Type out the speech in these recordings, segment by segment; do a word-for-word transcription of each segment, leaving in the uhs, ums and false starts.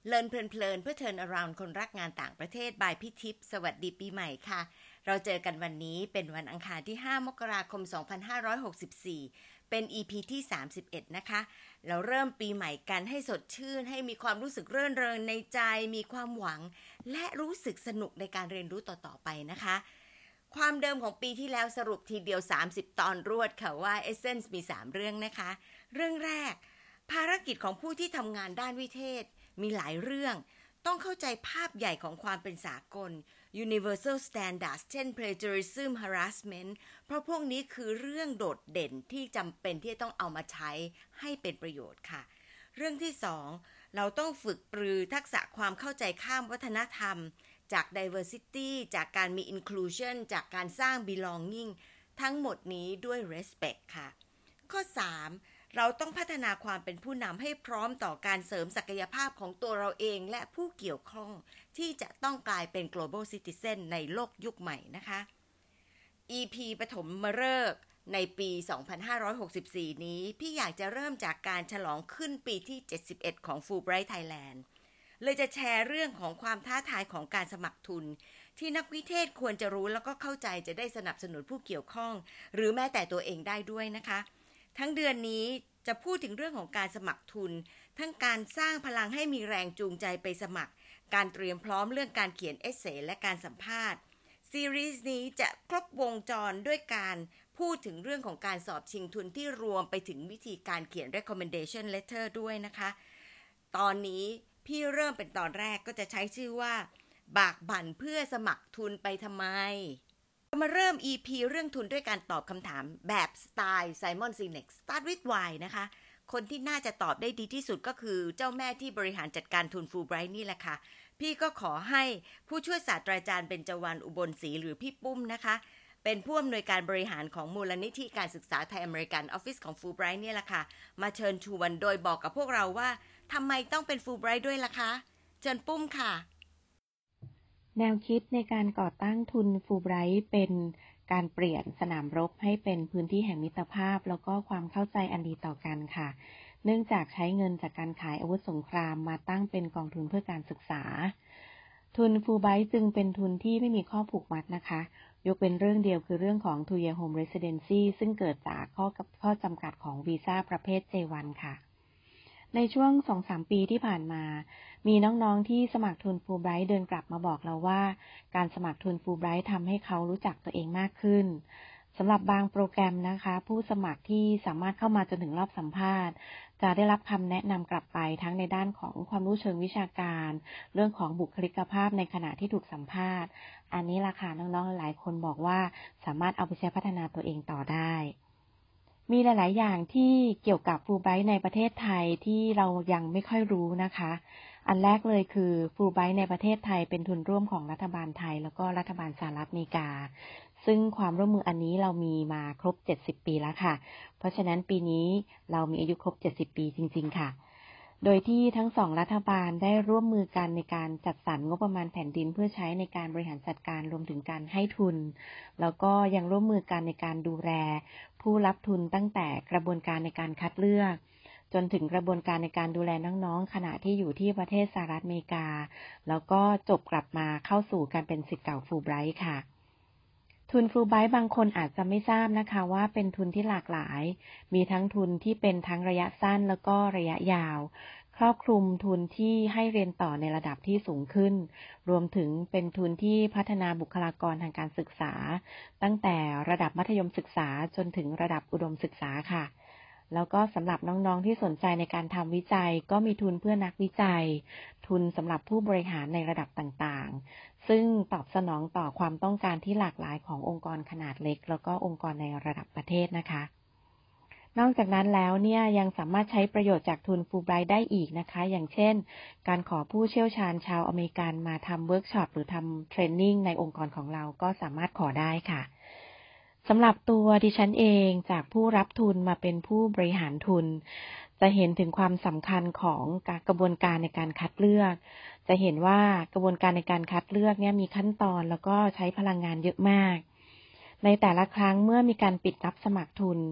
เลินเพลินๆเพื่อ Turn Around คนรักงานต่างประเทศบายพี่ทิพย์สวัสดีปีใหม่ค่ะเราเจอกันวันนี้เป็นวันอังคารที่ห้ามกราคมสองพันห้าร้อยหกสิบสี่เป็น อี พี ที่สามสิบเอ็ดนะคะเราเริ่มปีใหม่กันให้สดชื่นให้มีความรู้สึกเรื่นเริงในใจมีความหวังและรู้สึกสนุกในการเรียนรู้ต่อๆไปนะคะความเดิมของปีที่แล้วสรุปทีเดียวสามสิบตอนรวดค่ะว่า Essence มีสามเรื่องนะคะเรื่องแรกภารกิจของผู้ที่ทำงานด้านวิเทศมีหลายเรื่องต้องเข้าใจภาพใหญ่ของความเป็นสากล Universal Standards เช่น Plagiarism Harassment เพราะพวกนี้คือเรื่องโดดเด่นที่จำเป็นที่จะต้องเอามาใช้ให้เป็นประโยชน์ค่ะเรื่องที่สองเราต้องฝึกปรือทักษะความเข้าใจข้ามวัฒนธรรมจาก diversity จากการมี inclusion จากการสร้าง belonging ทั้งหมดนี้ด้วย respect ค่ะข้อสามเราต้องพัฒนาความเป็นผู้นำให้พร้อมต่อการเสริมศักยภาพของตัวเราเองและผู้เกี่ยวข้องที่จะต้องกลายเป็น global citizen ในโลกยุคใหม่นะคะ อี พี ปฐมฤกษ์ในปีสองพันห้าร้อยหกสิบสี่นี้พี่อยากจะเริ่มจากการฉลองขึ้นปีที่เจ็ดสิบเอ็ดของ Fulbright Thailand เลยจะแชร์เรื่องของความท้าทายของการสมัครทุนที่นักวิเทศควรจะรู้แล้วก็เข้าใจจะได้สนับสนุนผู้เกี่ยวข้องหรือแม้แต่ตัวเองได้ด้วยนะคะทั้งเดือนนี้จะพูดถึงเรื่องของการสมัครทุนทั้งการสร้างพลังให้มีแรงจูงใจไปสมัครการเตรียมพร้อมเรื่องการเขียนเอเซและการสัมภาษณ์ซีรีส์นี้จะครบวงจรด้วยการพูดถึงเรื่องของการสอบชิงทุนที่รวมไปถึงวิธีการเขียน recommendation letter ด้วยนะคะตอนนี้พี่เริ่มเป็นตอนแรกก็จะใช้ชื่อว่าบากบั่นเพื่อสมัครทุนไปทำไมมาเริ่ม อี พี เรื่องทุนด้วยการตอบคำถามแบบสไตล์ไซมอนซีเน็ก Start with Why นะคะคนที่น่าจะตอบได้ดีที่สุดก็คือเจ้าแม่ที่บริหารจัดการทุน Fulbright นี่แหละค่ะพี่ก็ขอให้ผู้ช่วยศาสตราจารย์เบญจวรรณอุบลศรีหรือพี่ปุ้มนะคะเป็นผู้อำนวยการบริหารของมูลนิธิการศึกษาไทยอเมริกันออฟฟิศของ Fulbright เนี่ยแหละค่ะมาเชิญชวนโดยบอกกับพวกเราว่าทำไมต้องเป็น Fulbright ด้วยล่ะคะเชิญปุ้มค่ะแนวคิดในการก่อตั้งทุนฟูลไบรท์เป็นการเปลี่ยนสนามรบให้เป็นพื้นที่แห่งมิตรภาพแล้วก็ความเข้าใจอันดีต่อกันค่ะเนื่องจากใช้เงินจากการขายอาวุธสงครามมาตั้งเป็นกองทุนเพื่อการศึกษาทุนฟูลไบรท์จึงเป็นทุนที่ไม่มีข้อผูกมัดนะคะยกเป็นเรื่องเดียวคือเรื่องของ two year home residency ซึ่งเกิดจากข้อข้อจำกัดของวีซ่าประเภท เจ วัน ค่ะในช่วง สองถึงสาม ปีที่ผ่านมามีน้องๆที่สมัครทุนฟูลไบรท์เดินกลับมาบอกเราว่าการสมัครทุนฟูลไบรท์ทำให้เขารู้จักตัวเองมากขึ้นสำหรับบางโปรแกรมนะคะผู้สมัครที่สามารถเข้ามาจนถึงรอบสัมภาษณ์จะได้รับคำแนะนำกลับไปทั้งในด้านของความรู้เชิงวิชาการเรื่องของบุคลิกภาพในขณะที่ถูกสัมภาษณ์อันนี้ล่ะค่ะน้องๆหลายคนบอกว่าสามารถเอาไปใช้พัฒนาตัวเองต่อได้มีหลายๆอย่างที่เกี่ยวกับฟูลไบรท์ในประเทศไทยที่เรายังไม่ค่อยรู้นะคะอันแรกเลยคือฟูลไบรท์ในประเทศไทยเป็นทุนร่วมของรัฐบาลไทยแล้วก็รัฐบาลสหรัฐอเมริกาซึ่งความร่วมมืออันนี้เรามีมาครบเจ็ดสิบปีแล้วค่ะเพราะฉะนั้นปีนี้เรามีอายุครบเจ็ดสิบปีจริงๆค่ะโดยที่ทั้งสองรัฐบาลได้ร่วมมือกันในการจัดสรรงบประมาณแผ่นดินเพื่อใช้ในการบริหารจัดการรวมถึงการให้ทุนแล้วก็ยังร่วมมือกันในการดูแลผู้รับทุนตั้งแต่กระบวนการในการคัดเลือกจนถึงกระบวนการในการดูแลน้องๆขณะที่อยู่ที่ประเทศสหรัฐอเมริกาแล้วก็จบกลับมาเข้าสู่การเป็นศิษย์เก่าฟูลไบรท์ค่ะทุนฟูลไบรท์บางคนอาจจะไม่ทราบนะคะว่าเป็นทุนที่หลากหลายมีทั้งทุนที่เป็นทั้งระยะสั้นแล้วก็ระยะยาวครอบคลุมทุนที่ให้เรียนต่อในระดับที่สูงขึ้นรวมถึงเป็นทุนที่พัฒนาบุคลากรทางการศึกษาตั้งแต่ระดับมัธยมศึกษาจนถึงระดับอุดมศึกษาค่ะแล้วก็สำหรับน้องๆที่สนใจในการทำวิจัยก็มีทุนเพื่อนักวิจัยทุนสำหรับผู้บริหารในระดับต่างๆซึ่งตอบสนองต่อความต้องการที่หลากหลายขององค์กรขนาดเล็กแล้วก็องค์กรในระดับประเทศนะคะนอกจากนั้นแล้วเนี่ยยังสามารถใช้ประโยชน์จากทุนฟูลไบรท์ได้อีกนะคะอย่างเช่นการขอผู้เชี่ยวชาญชาวอเมริกันมาทำเวิร์กช็อปหรือทำเทรนนิ่งในองค์กรของเราก็สามารถขอได้ค่ะสำหรับตัวดิฉันเองจากผู้รับทุนมาเป็นผู้บริหารทุนจะเห็นถึงความสำคัญของกระบวนการในการคัดเลือกจะเห็นว่ากระบวนการในการคัดเลือกเนี่ยมีขั้นตอนแล้วก็ใช้พลังงานเยอะมากในแต่ละครั้งเมื่อมีการปิดรับสมัครทุน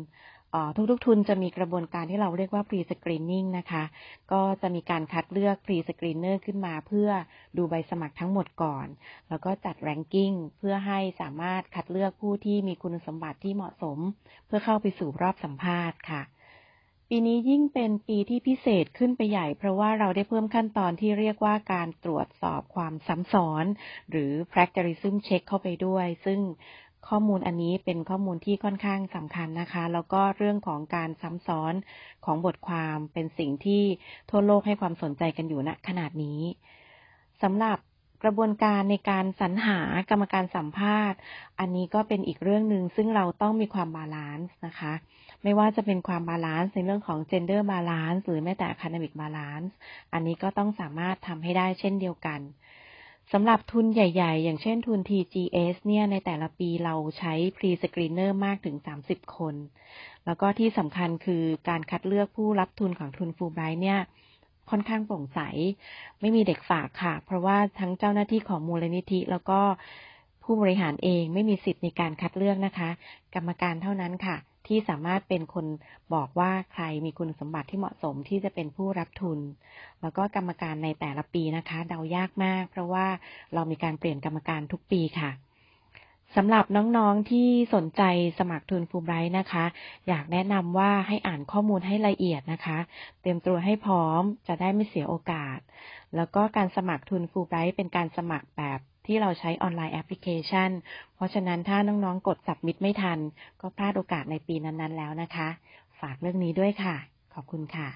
ทุกๆทุนจะมีกระบวนการที่เราเรียกว่า pre-screening นะคะก็จะมีการคัดเลือก pre-screener ขึ้นมาเพื่อดูใบสมัครทั้งหมดก่อนแล้วก็จัด ranking เพื่อให้สามารถคัดเลือกผู้ที่มีคุณสมบัติที่เหมาะสมเพื่อเข้าไปสู่รอบสัมภาษณ์ค่ะปีนี้ยิ่งเป็นปีที่พิเศษขึ้นไปใหญ่เพราะว่าเราได้เพิ่มขั้นตอนที่เรียกว่าการตรวจสอบความซ้ำซ้อนหรือ plagiarism check เข้าไปด้วยซึ่งข้อมูลอันนี้เป็นข้อมูลที่ค่อนข้างสำคัญนะคะแล้วก็เรื่องของการซ้ำซ้อนของบทความเป็นสิ่งที่ทั่วโลกให้ความสนใจกันอยู่ณขนาดนี้สำหรับกระบวนการในการสรรหากรรมการสัมภาษณ์อันนี้ก็เป็นอีกเรื่องนึงซึ่งเราต้องมีความบาลานซ์นะคะไม่ว่าจะเป็นความบาลานซ์ในเรื่องของ gender balance หรือแม้แต่ academic balance อันนี้ก็ต้องสามารถทำให้ได้เช่นเดียวกันสำหรับทุนใหญ่ๆอย่างเช่นทุน ที จี เอส เนี่ยในแต่ละปีเราใช้ pre-screener มากถึงสามสิบคนแล้วก็ที่สำคัญคือการคัดเลือกผู้รับทุนของทุน Fulbright เนี่ยค่อนข้างโปร่งใสไม่มีเด็กฝากค่ะเพราะว่าทั้งเจ้าหน้าที่ของมูลนิธิแล้วก็ผู้บริหารเองไม่มีสิทธิ์ในการคัดเลือกนะคะกรรมการเท่านั้นค่ะที่สามารถเป็นคนบอกว่าใครมีคุณสมบัติที่เหมาะสมที่จะเป็นผู้รับทุนแล้วก็กรรมการในแต่ละปีนะคะเดายากมากเพราะว่าเรามีการเปลี่ยนกรรมการทุกปีค่ะสำหรับน้องๆที่สนใจสมัครทุน Fulbright นะคะอยากแนะนำว่าให้อ่านข้อมูลให้ละเอียดนะคะเตรียมตัวให้พร้อมจะได้ไม่เสียโอกาสแล้วก็การสมัครทุน Fulbright เป็นการสมัครแบบที่เราใช้ออนไลน์แอปพลิเคชันเพราะฉะนั้นถ้าน้องๆกด submit ไม่ทันก็พลาดโอกาสในปีนั้นๆแล้วนะคะฝากเรื่องนี้ด้วยค่ะขอบคุณค่ะ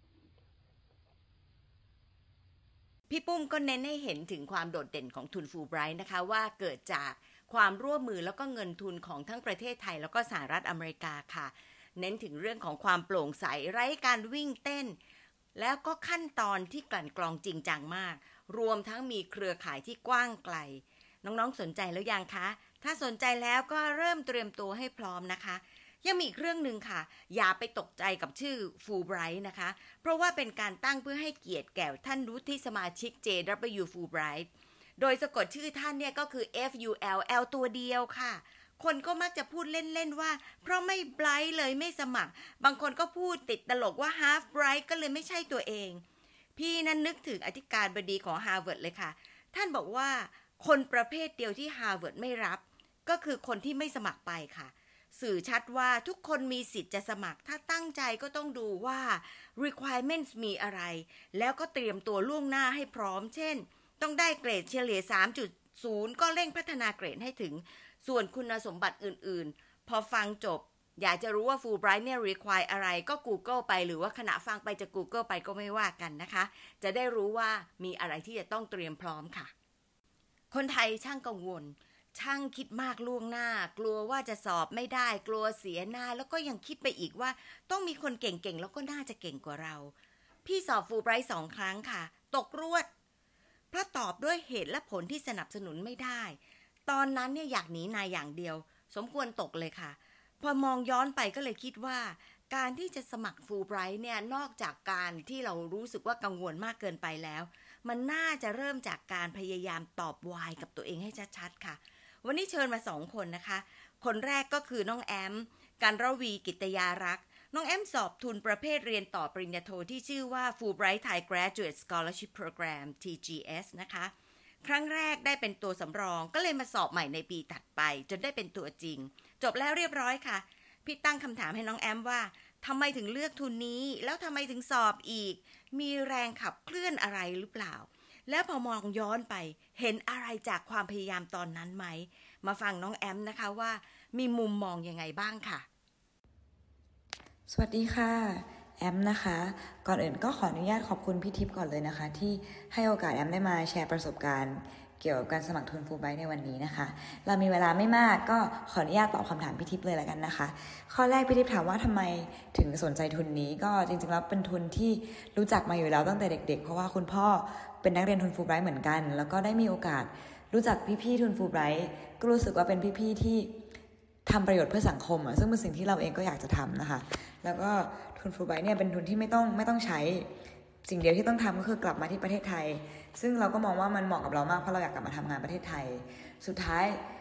พี่ปุ้มก็เน้นให้เห็นถึงความโดดเด่นของทุน Fulbright นะคะว่าเกิดจากความร่วมมือแล้วก็เงินทุนของทั้งประเทศไทยแล้วก็สหรัฐอเมริกาค่ะเน้นถึงเรื่องของความโปร่งใสไร้การวิ่งเต้นแล้วก็ขั้นตอนที่กลั่นกรองจริงจังมากรวมทั้งมีเครือข่ายที่กว้างไกลน้องๆสนใจแล้วยังคะถ้าสนใจแล้วก็เริ่มเตรียมตัวให้พร้อมนะคะยังมีอีกเรื่องนึงค่ะอย่าไปตกใจกับชื่อ Fulbright นะคะเพราะว่าเป็นการตั้งเพื่อให้เกียรติแก่ท่านวุฒิสมาชิก เจ ดับเบิลยู Fulbright โดยสะกดชื่อท่านเนี่ยก็คือ F U L L ตัวเดียวค่ะคนก็มักจะพูดเล่นๆว่าเพราะไม่ bright เลยไม่สมัครบางคนก็พูดติดตลกว่า half bright ก็เลยไม่ใช่ตัวเองพี่นั้นนึกถึงอธิการบดีของ Harvard เลยค่ะท่านบอกว่าคนประเภทเดียวที่ Harvard ไม่รับก็คือคนที่ไม่สมัครไปค่ะสื่อชัดว่าทุกคนมีสิทธิ์จะสมัครถ้าตั้งใจก็ต้องดูว่า requirements มีอะไรแล้วก็เตรียมตัวล่วงหน้าให้พร้อมเช่นต้องได้เกรดเฉลี่ย สามจุดศูนย์ ก็เร่งพัฒนาเกรดให้ถึงส่วนคุณสมบัติอื่นๆพอฟังจบอยากจะรู้ว่า Fulbright เนี่ย require อะไรก็ Google ไปหรือว่าขณะฟังไปจะ Google ไปก็ไม่ว่ากันนะคะจะได้รู้ว่ามีอะไรที่จะต้องเตรียมพร้อมค่ะคนไทยช่างกังวลช่างคิดมากล่วงหน้ากลัวว่าจะสอบไม่ได้กลัวเสียหน้าแล้วก็ยังคิดไปอีกว่าต้องมีคนเก่งๆแล้วก็น่าจะเก่งกว่าเราพี่สอบ Fulbright สองครั้งค่ะตกรวดเพราะตอบด้วยเหตุและผลที่สนับสนุนไม่ได้ตอนนั้นเนี่ยอยากหนีนายอย่างเดียวสมควรตกเลยค่ะพอมองย้อนไปก็เลยคิดว่าการที่จะสมัคร Fulbright เนี่ยนอกจากการที่เรารู้สึกว่ากังวลมากเกินไปแล้วมันน่าจะเริ่มจากการพยายามตอบวายกับตัวเองให้ชัดๆค่ะวันนี้เชิญมาสองคนนะคะคนแรกก็คือน้องแอมกันรวีกิตยารักษ์น้องแอมสอบทุนประเภทเรียนต่อปริญญาโทที่ชื่อว่า Fulbright Thai Graduate Scholarship Program ที จี เอส นะคะครั้งแรกได้เป็นตัวสำรองก็เลยมาสอบใหม่ในปีถัดไปจนได้เป็นตัวจริงจบแล้วเรียบร้อยค่ะพี่ตั้งคำถามให้น้องแอมว่าทำไมถึงเลือกทุนนี้แล้วทำไมถึงสอบอีกมีแรงขับเคลื่อนอะไรหรือเปล่าแล้วพอมองย้อนไปเห็นอะไรจากความพยายามตอนนั้นไหมมาฟังน้องแอมนะคะว่ามีมุมมองยังไงบ้างค่ะสวัสดีค่ะแอมนะคะก่อนอื่นก็ขออนุญาตขอบคุณพี่ทิพย์ก่อนเลยนะคะที่ให้โอกาสแอมได้มาแชร์ประสบการณ์เกี่ยวกับการสมัครทุน Fulbright ในวันนี้นะคะเรามีเวลาไม่มากก็ขออนุญาตตอบคำถามพี่ทิพย์เลยแล้วกันนะคะข้อแรกพี่ทิพย์ถามว่าทำไมถึงสนใจทุนนี้ก็จริงๆแล้วเป็นทุนที่รู้จักมาอยู่แล้วตั้งแต่เด็กๆเพราะว่าคุณพ่อเป็นนักเรียนทุน Fulbright เหมือนกันแล้วก็ได้มีโอกาสรู้จักพี่ๆทุน Fulbright ก็รู้สึกว่าเป็นพี่ๆที่ทำประโยชน์เพื่อสังคมอ่ะซึ่งเป็นสิ่งที่เราเองก็อยากจะทำนะคะแล้วก็ทุน Fulbright เนี่ยเป็นทุนที่ไม่ต้องไม่ต้องใช้สิ่งเดียวที่ต้องทำก็คือกลับมาที่ประเทศไทยซึ่งเราก็มองว่ามันเหมาะกับเรามากเพราะเราอยากกลับมาทำงานประเทศไทยสุดท้าย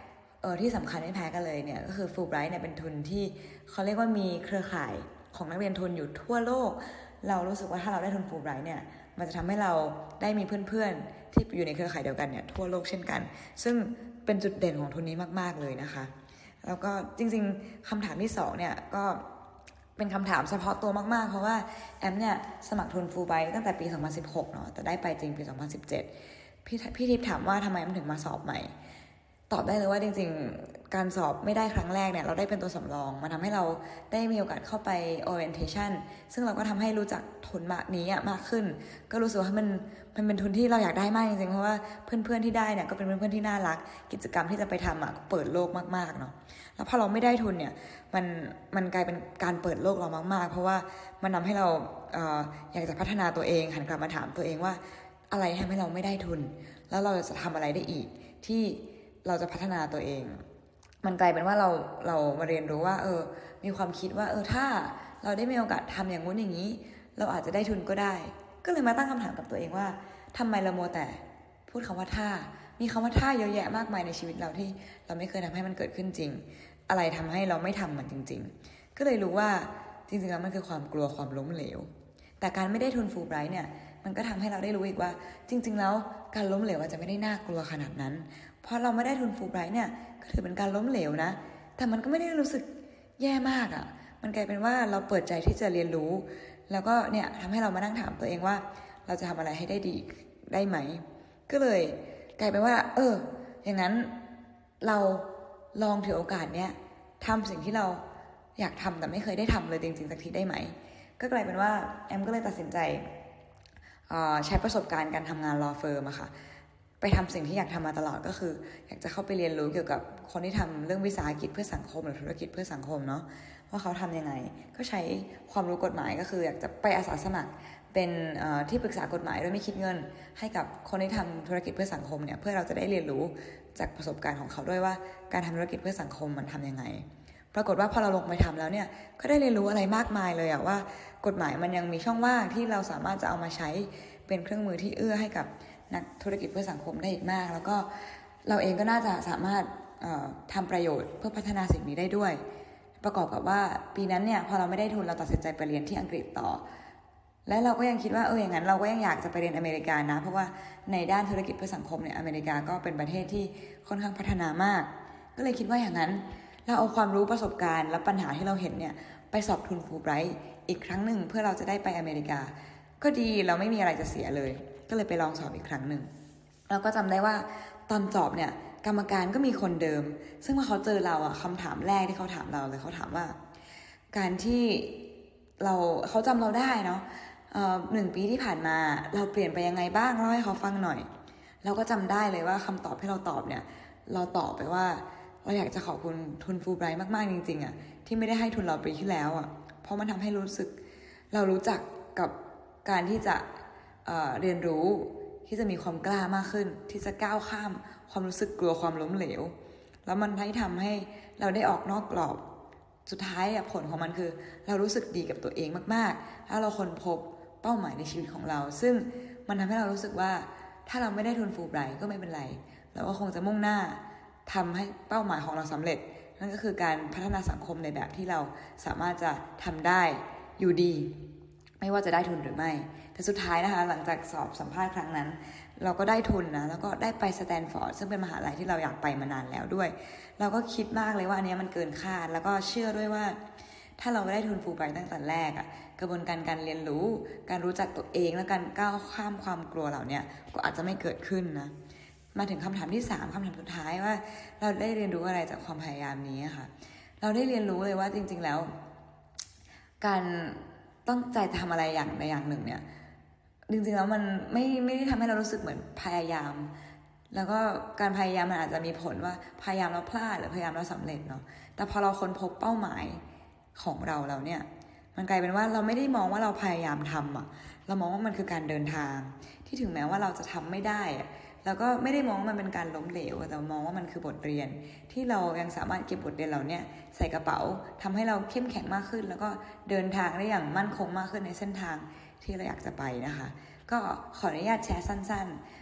เออที่สำคัญไม่แพ้กันเลยเนี่ยก็คือ Fulbright เนี่ยเป็นทุนที่เขาเรียกว่ามีเครือข่ายของนักเรียนทุนอยู่ทั่วโลกเรารู้สึกว่าถ้าเราได้ทุน Fulbright เนี่ยมันจะทำให้เราได้มีเพื่อนๆที่อยู่ในเครือข่ายเดียวกันเนี่ยทั่วโลกเช่นกันซึ่งเป็นจุดเด่นของทุนนี้มากๆเลยนะคะแล้วก็จริงๆคำถามที่สองเนี่ยก็เป็นคำถามเฉพาะตัวมากๆเพราะว่าแอมเนี่ยสมัครทุน Fulbright ตั้งแต่ปีสองพันสิบหกเนาะแต่ได้ไปจริงปีสองพันสิบเจ็ดพี่พี่ทิพย์ถามว่าทำไมมันถึงมาสอบใหม่ตอบได้เลยว่าจริงๆการสอบไม่ได้ครั้งแรกเนี่ยเราได้เป็นตัวสำรองมันทำให้เราได้มีโอกาสเข้าไป orientation ซึ่งเราก็ทำให้รู้จักทุนมากนี้มากขึ้นก็รู้สึกว่ามันมันเป็นทุนที่เราอยากได้มากจริงๆเพราะว่าเพื่อนๆที่ได้เนี่ยก็เป็นเพื่อนๆที่น่ารักกิจกรรมที่จะไปทำอ่ะเปิดโลกมากๆเนาะแล้วพอเราไม่ได้ทุนเนี่ยมันมันกลายเป็นการเปิดโลกเรามากๆเพราะว่ามันทำให้เราเอ่ออยากจะพัฒนาตัวเองหันกลับมาถามตัวเองว่าอะไรทำให้เราไม่ได้ทุนแล้วเราจะทำอะไรได้อีกที่เราจะพัฒนาตัวเองมันกลายเป็นว่าเราเรามาเรียนรู้ว่าเออมีความคิดว่าเออถ้าเราได้มีโอกาสทำอย่างงู้นอย่างนี้เราอาจจะได้ทุนก็ได้ก็เลยมาตั้งคำถามกับตัวเองว่าทำไมเราโมแต่พูดคำว่าถ้ามีคำว่าถ้าเยอะแยะมากมายในชีวิตเราที่เราไม่เคยทำให้มันเกิดขึ้นจริงอะไรทำให้เราไม่ทำมันจริงๆก็เลยรู้ว่าจริงๆแล้วมันคือความกลัวความล้มเหลวแต่การไม่ได้ทุน Fulbright เนี่ยมันก็ทำให้เราได้รู้อีกว่าจริงๆแล้วการล้มเหลวอาจจะไม่ได้น่ากลัวขนาดนั้นเพราะเราไม่ได้ทุน Fulbright เนี่ยก็ถือเป็นการล้มเหลวนะแต่มันก็ไม่ได้รู้สึกแย่มากอ่ะมันกลายเป็นว่าเราเปิดใจที่จะเรียนรู้แล้วก็เนี่ยทำให้เรามานั่งถามตัวเองว่าเราจะทำอะไรให้ได้ดีได้ไหมก็เลยกลายเป็นว่าเอออย่างนั้นเราลองถือโอกาสเนี้ยทำสิ่งที่เราอยากทำแต่ไม่เคยได้ทำเลยจริงๆสักทีได้ไหมก็กลายเป็นว่าแอมก็เลยตัดสินใจใช้ประสบการณ์การทำงาน law firm อะค่ะไปทำสิ่งที่อยากทำมาตลอดก็คืออยากจะเข้าไปเรียนรู้เกี่ยวกับคนที่ทำเรื่องวิสาหกิจเพื่อสังคมหรือธุรกิจเพื่อสังคมเนาะว่าเขาทำยังไงก็ใช้ความรู้กฎหมายก็คืออยากจะไปอาสาสมัครเป็นที่ปรึกษากฎหมายโดยไม่คิดเงินให้กับคนที่ทำธุรกิจเพื่อสังคมเนี่ยเพื่อเราจะได้เรียนรู้จากประสบการณ์ของเขาด้วยว่าการทำธุรกิจเพื่อสังคมมันทำยังไงปรากฏว่าพอเราลงไปทำแล้วเนี่ยก็ได้เรียนรู้อะไรมากมายเลยอะว่ากฎหมายมันยังมีช่องว่างที่เราสามารถจะเอามาใช้เป็นเครื่องมือที่เอื้อให้กับนักธุรกิจเพื่อสังคมได้อีกมากแล้วก็เราเองก็น่าจะสามารถทำประโยชน์เพื่อพัฒนาสิ่งนี้ได้ด้วยประกอบกับว่าปีนั้นเนี่ยพอเราไม่ได้ทุนเราตัดสินใจไปเรียนที่อังกฤษต่อและเราก็ยังคิดว่าเอออย่างนั้นเราก็ยังอยากจะไปเรียนอเมริกานะเพราะว่าในด้านธุรกิจเพื่อสังคมเนี่ยอเมริกาก็เป็นประเทศที่ค่อนข้างพัฒนามากก็เลยคิดว่าอย่างนั้นเราเอาความรู้ประสบการณ์และปัญหาที่เราเห็นเนี่ยไปสอบทุน Fulbright อีกครั้งหนึ่งเพื่อเราจะได้ไปอเมริกาก็ดีเราไม่มีอะไรจะเสียเลยก็เลยไปลองสอบอีกครั้งหนึ่งเราก็จำได้ว่าตอนสอบเนี่ยกรรมการก็มีคนเดิมซึ่งเมื่อเขาเจอเราอะคำถามแรกที่เขาถามเราเลยเขาถามว่าการที่เราเขาจำเราได้เนาะหนึ่งปีที่ผ่านมาเราเปลี่ยนไปยังไงบ้างเล่าให้เขาฟังหน่อยเราก็จำได้เลยว่าคำตอบที่เราตอบเนี่ยเราตอบไปว่าเราอยากจะขอบคุณทุน Fulbright มากๆจริงๆอะที่ไม่ได้ให้ทุนเราปีที่แล้วอะเพราะมันทำให้รู้สึกเรารู้จักกับการที่จะเอ่อเรียนรู้ที่จะมีความกล้ามากขึ้นที่จะก้าวข้ามความรู้สึกกลัวความล้มเหลวแล้วมันให้ทำให้เราได้ออกนอกกรอบสุดท้ายผลของมันคือเรารู้สึกดีกับตัวเองมากๆถ้าเราค้นพบเป้าหมายในชีวิตของเราซึ่งมันทำให้เรารู้สึกว่าถ้าเราไม่ได้ทุน Fulbright ก็ไม่เป็นไรเราก็คงจะมุ่งหน้าทำให้เป้าหมายของเราสำเร็จนั่นก็คือการพัฒนาสังคมในแบบที่เราสามารถจะทำได้อยู่ดีไม่ว่าจะได้ทุนหรือไม่แต่สุดท้ายนะคะหลังจากสอบสัมภาษณ์ครั้งนั้นเราก็ได้ทุนนะแล้วก็ได้ไปสแตนฟอร์ดซึ่งเป็นมหาลัยที่เราอยากไปมานานแล้วด้วยเราก็คิดมากเลยว่าอันนี้มันเกินคาดแล้วก็เชื่อด้วยว่าถ้าเราไม่ได้ทุน Fulbright ตั้งแต่แรกอะกระบวนการการเรียนรู้การรู้จักตัวเองและการก้าวข้ามความกลัวเหล่านี้ก็อาจจะไม่เกิดขึ้นนะมาถึงคำถามที่สามคำถามสุดท้ายว่าเราได้เรียนรู้อะไรจากความพยายามนี้ค่ะเราได้เรียนรู้เลยว่าจริงๆแล้วการตั้งใจทำอะไรอย่างใดอย่างหนึ่งเนี่ยจริงๆแล้วมันไม่ไม่ได้ทำให้เรารู้สึกเหมือนพยายามแล้วก็การพยายามมันอาจจะมีผลว่าพยายามแล้วพลาดหรือพยายามแล้วสำเร็จเนาะแต่พอเราค้นพบเป้าหมายของเราแล้วเนี่ยมันกลายเป็นว่าเราไม่ได้มองว่าเราพยายามทำอ่ะเรามองว่ามันคือการเดินทางที่ถึงแม้ว่าเราจะทำไม่ได้แล้วก็ไม่ได้มองว่ามันเป็นการล้มเหลวแต่มองว่ามันคือบทเรียนที่เรายังสามารถเก็บบทเรียนเหล่านี้ใส่กระเป๋าทำให้เราเข้มแข็งมากขึ้นแล้วก็เดินทางได้อย่างมั่นคงมากขึ้นในเส้นทางที่เราอยากจะไปนะคะก็ขออนุญาตแชร์สั้นๆ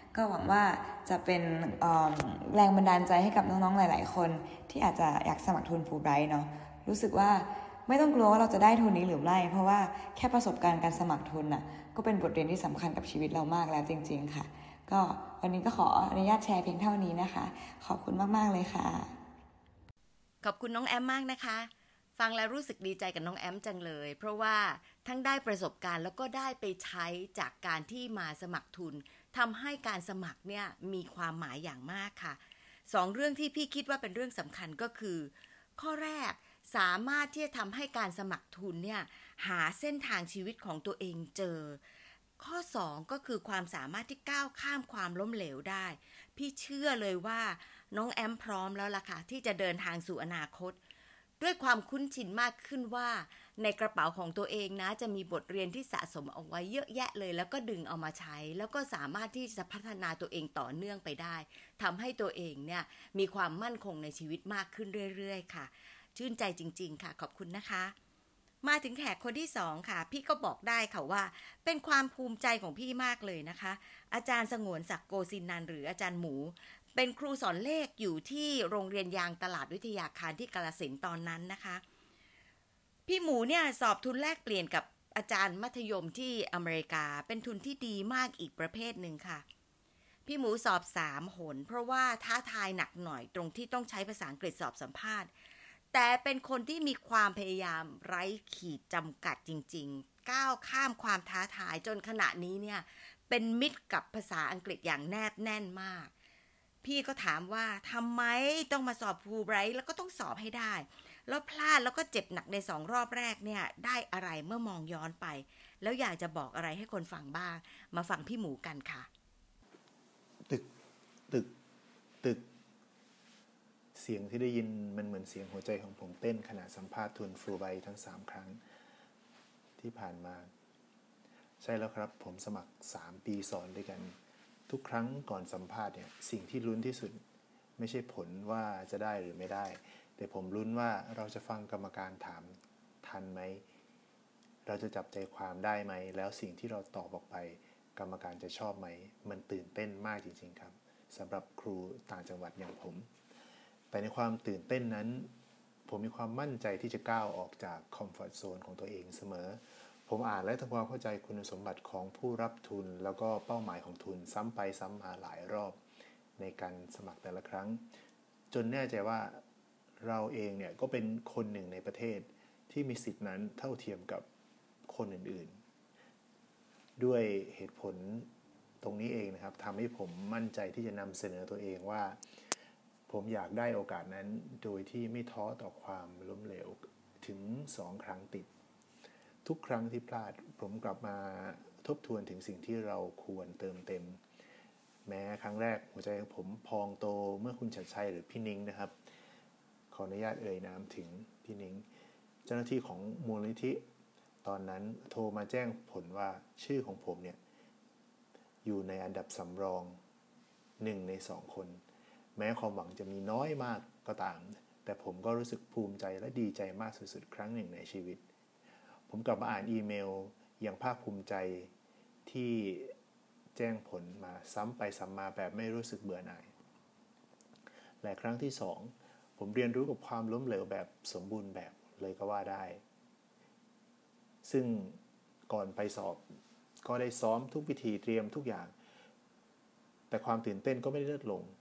ก็หวังว่าจะเป็นแรงบันดาลใจให้กับน้องๆหลายๆคนที่อาจจะอยากสมัครทุนฟูลไบรท์เนาะรู้สึกว่าไม่ต้องกลัวว่าเราจะได้ทุนนี้หรือไม่เพราะว่าแค่ประสบการณ์การสมัครทุนน่ะก็เป็นบทเรียนที่สำคัญกับชีวิตเรามากแล้วจริงๆค่ะก็วันนี้ก็ขออนุญาตแชร์เพียงเท่านี้นะคะขอบคุณมากๆเลยค่ะขอบคุณน้องแอมมากนะคะฟังแล้วรู้สึกดีใจกับน้องแอมจังเลยเพราะว่าทั้งได้ประสบการณ์แล้วก็ได้ไปใช้จากการที่มาสมัครทุนทำให้การสมัครเนี่ยมีความหมายอย่างมากค่ะสองเรื่องที่พี่คิดว่าเป็นเรื่องสำคัญก็คือข้อแรกสามารถที่จะทำให้การสมัครทุนเนี่ยหาเส้นทางชีวิตของตัวเองเจอข้อสองก็คือความสามารถที่ก้าวข้ามความล้มเหลวได้พี่เชื่อเลยว่าน้องแอมพร้อมแล้วล่ะค่ะที่จะเดินทางสู่อนาคตด้วยความคุ้นชินมากขึ้นว่าในกระเป๋าของตัวเองนะจะมีบทเรียนที่สะสมเอาไว้เยอะแยะเลยแล้วก็ดึงเอามาใช้แล้วก็สามารถที่จะพัฒนาตัวเองต่อเนื่องไปได้ทำให้ตัวเองเนี่ยมีความมั่นคงในชีวิตมากขึ้นเรื่อยๆค่ะชื่นใจจริงๆค่ะขอบคุณนะคะมาถึงแขกคนที่สองค่ะพี่ก็บอกได้ค่ะว่าเป็นความภูมิใจของพี่มากเลยนะคะอาจารย์สงวนศักดิ์โกสินันท์หรืออาจารย์หมูเป็นครูสอนเลขอยู่ที่โรงเรียนยางตลาดวิทยาคารที่กาฬสินธุ์ตอนนั้นนะคะพี่หมูเนี่ยสอบทุนแลกเปลี่ยนกับอาจารย์มัธยมที่อเมริกาเป็นทุนที่ดีมากอีกประเภทหนึ่งค่ะพี่หมูสอบสามหนเพราะว่าท้าทายหนักหน่อยตรงที่ต้องใช้ภาษาอังกฤษสอบสัมภาษณ์แต่เป็นคนที่มีความพยายามไร้ขีดจำกัดจริงๆก้าวข้ามความท้าทายจนขณะนี้เนี่ยเป็นมิตรกับภาษาอังกฤษอย่างแนบแน่นมากพี่ก็ถามว่าทำไมต้องมาสอบฟูลไบรท์แล้วก็ต้องสอบให้ได้แล้วพลาดแล้วก็เจ็บหนักในสองรอบแรกเนี่ยได้อะไรเมื่อมองย้อนไปแล้วอยากจะบอกอะไรให้คนฟังบ้างมาฟังพี่หมูกันค่ะตึกตึกตึกเสียงที่ได้ยินมันเหมือนเสียงหัวใจของผมเต้นขณะสัมภาษณ์ทุนฟูลไบรท์ทั้งสามครั้งที่ผ่านมาใช่แล้วครับผมสมัครสามปีสอนด้วยกันทุกครั้งก่อนสัมภาษณ์เนี่ยสิ่งที่ลุ้นที่สุดไม่ใช่ผลว่าจะได้หรือไม่ได้แต่ผมลุ้นว่าเราจะฟังกรรมการถามทันไหมเราจะจับใจความได้ไหมแล้วสิ่งที่เราตอบออกไปกรรมการจะชอบไหมมันตื่นเต้นมากจริงๆครับสำหรับครูต่างจังหวัดอย่างผมแต่ในความตื่นเต้นนั้นผมมีความมั่นใจที่จะก้าวออกจากคอมฟอร์ตโซนของตัวเองเสมอผมอ่านและทำความเข้าใจคุณสมบัติของผู้รับทุนแล้วก็เป้าหมายของทุนซ้ำไปซ้ำมาหลายรอบในการสมัครแต่ละครั้งจนแน่ใจว่าเราเองเนี่ยก็เป็นคนหนึ่งในประเทศที่มีสิทธินั้นเท่าเทียมกับคนอื่นๆด้วยเหตุผลตรงนี้เองนะครับทำให้ผมมั่นใจที่จะนำเสนอตัวเองว่าผมอยากได้โอกาสนั้นโดยที่ไม่ท้อต่อความล้มเหลวถึงสองครั้งติดทุกครั้งที่พลาดผมกลับมาทบทวนถึงสิ่งที่เราควรเติมเต็มแม้ครั้งแรกหัวใจของผมพองโตเมื่อคุณชัดชัยหรือพี่นิ้งนะครับขออนุญาตเอ่ยนามถึงพี่นิ้งเจ้าหน้าที่ของมูลนิธิตอนนั้นโทรมาแจ้งผลว่าชื่อของผมเนี่ยอยู่ในอันดับสำรองหนึ่งในสองคนแม้ความหวังจะมีน้อยมากก็ตามแต่ผมก็รู้สึกภูมิใจและดีใจมากสุดๆครั้งหนึ่งในชีวิตผมกลับมาอ่านอีเมลอย่างภาคภูมิใจที่แจ้งผลมาซ้ำไปซ้ำมาแบบไม่รู้สึกเบื่อหน่ายและครั้งที่สองผมเรียนรู้กับความล้มเหลวแบบสมบูรณ์แบบเลยก็ว่าได้ซึ่งก่อนไปสอบก็ได้ซ้อมทุกวิธีเตรียมทุกอย่างแต่ความตื่นเต้นก็ไม่ได้ลดลง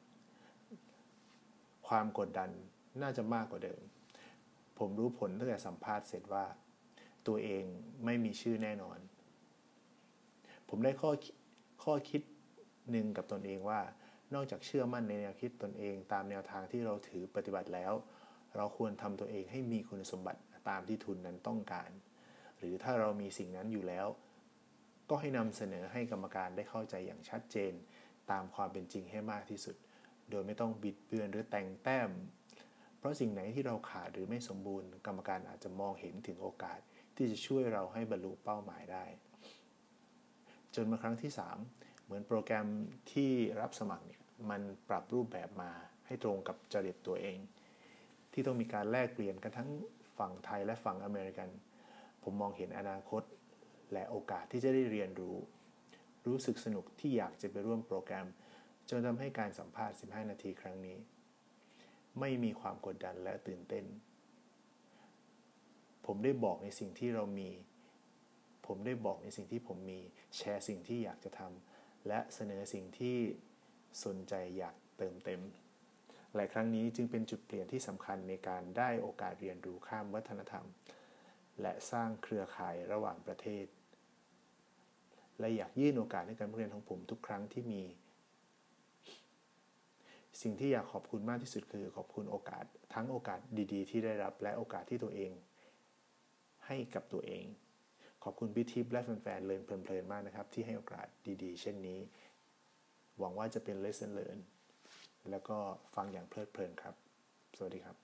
ความกดดันน่าจะมากกว่าเดิมผมรู้ผลตั้งแต่สัมภาษณ์เสร็จว่าตัวเองไม่มีชื่อแน่นอนผมได้ข้อข้อคิดหนึ่งกับตนเองว่านอกจากเชื่อมั่นในแนวคิดตนเองตามแนวทางที่เราถือปฏิบัติแล้วเราควรทำตัวเองให้มีคุณสมบัติตามที่ทุนนั้นต้องการหรือถ้าเรามีสิ่งนั้นอยู่แล้วก็ให้นำเสนอให้กรรมการได้เข้าใจอย่างชัดเจนตามความเป็นจริงให้มากที่สุดโดยไม่ต้องบิดเบือนหรือแต่งแต้มเพราะสิ่งไหนที่เราขาดหรือไม่สมบูรณ์กรรมการอาจจะมองเห็นถึงโอกาสที่จะช่วยเราให้บรรลุเป้าหมายได้จนมาครั้งที่สามเหมือนโปรแกรมที่รับสมัครเนี่ยมันปรับรูปแบบมาให้ตรงกับจริตตัวเองที่ต้องมีการแลกเปลี่ยนกันทั้งฝั่งไทยและฝั่งอเมริกันผมมองเห็นอนาคตและโอกาสที่จะได้เรียนรู้รู้สึกสนุกที่อยากจะไปร่วมโปรแกรมจนทำให้การสัมภาษณ์สิบห้านาทีครั้งนี้ไม่มีความกดดันและตื่นเต้นผมได้บอกในสิ่งที่เรามีผมได้บอกในสิ่งที่ผมมีแชร์สิ่งที่อยากจะทำและเสนอสิ่งที่สนใจอยากเติมเต็มหลายครั้งนี้จึงเป็นจุดเปลี่ยนที่สำคัญในการได้โอกาสเรียนรู้ข้ามวัฒนธรรมและสร้างเครือข่ายระหว่างประเทศและอยากยื่นโอกาสให้การเรียนของผมทุกครั้งที่มีสิ่งที่อยากขอบคุณมากที่สุดคือขอบคุณโอกาสทั้งโอกาสดีๆที่ได้รับและโอกาสที่ตัวเองให้กับตัวเองขอบคุณพี่ทิพย์และแฟนๆเลินเพลินๆมากนะครับที่ให้โอกาสดีๆเช่นนี้หวังว่าจะเป็น lesson learn แล้วก็ฟังอย่างเพลิดเพลินครับสวัสดีครับ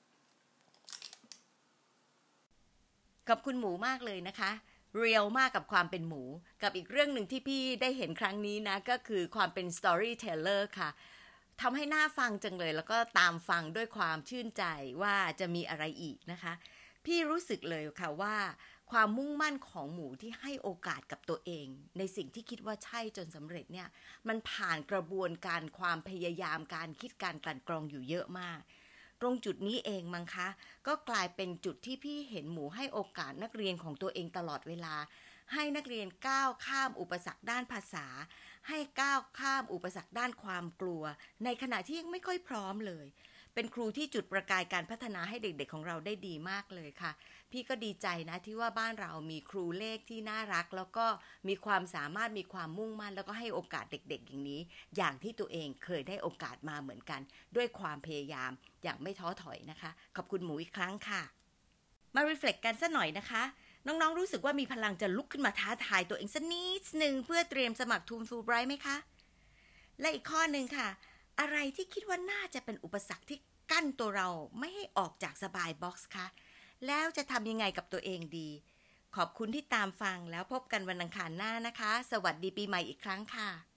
ขอบคุณหมูมากเลยนะคะเรียลมากกับความเป็นหมูกับอีกเรื่องหนึ่งที่พี่ได้เห็นครั้งนี้นะก็คือความเป็น storyteller ค่ะทำให้น่าฟังจังเลยแล้วก็ตามฟังด้วยความชื่นใจว่าจะมีอะไรอีกนะคะพี่รู้สึกเลยค่ะว่าความมุ่งมั่นของหมูที่ให้โอกาสกับตัวเองในสิ่งที่คิดว่าใช่จนสำเร็จเนี่ยมันผ่านกระบวนการความพยายามการคิดการกลั่นกรองอยู่เยอะมากตรงจุดนี้เองมั้งคะก็กลายเป็นจุดที่พี่เห็นหมูให้โอกาสนักเรียนของตัวเองตลอดเวลาให้นักเรียนก้าวข้ามอุปสรรคด้านภาษาให้ก้าวข้ามอุปสรรคด้านความกลัวในขณะที่ยังไม่ค่อยพร้อมเลยเป็นครูที่จุดประกายการพัฒนาให้เด็กๆของเราได้ดีมากเลยค่ะพี่ก็ดีใจนะที่ว่าบ้านเรามีครูเลขที่น่ารักแล้วก็มีความสามารถมีความมุ่งมั่นแล้วก็ให้โอกาสเด็กๆอย่างนี้อย่างที่ตัวเองเคยได้โอกาสมาเหมือนกันด้วยความพยายามอย่างไม่ท้อถอยนะคะขอบคุณหมูอีกครั้งค่ะมารีเฟล็กกันสักหน่อยนะคะน้องๆรู้สึกว่ามีพลังจะลุกขึ้นมาท้าทายตัวเองสักนิดนึงเพื่อเตรียมสมัครทุนฟูลไบรท์ไหมคะและอีกข้อนึงค่ะอะไรที่คิดว่าน่าจะเป็นอุปสรรคที่กั้นตัวเราไม่ให้ออกจากสบายบ็อกซ์คะแล้วจะทำยังไงกับตัวเองดีขอบคุณที่ตามฟังแล้วพบกันวันอังคารหน้านะคะสวัสดีปีใหม่อีกครั้งค่ะ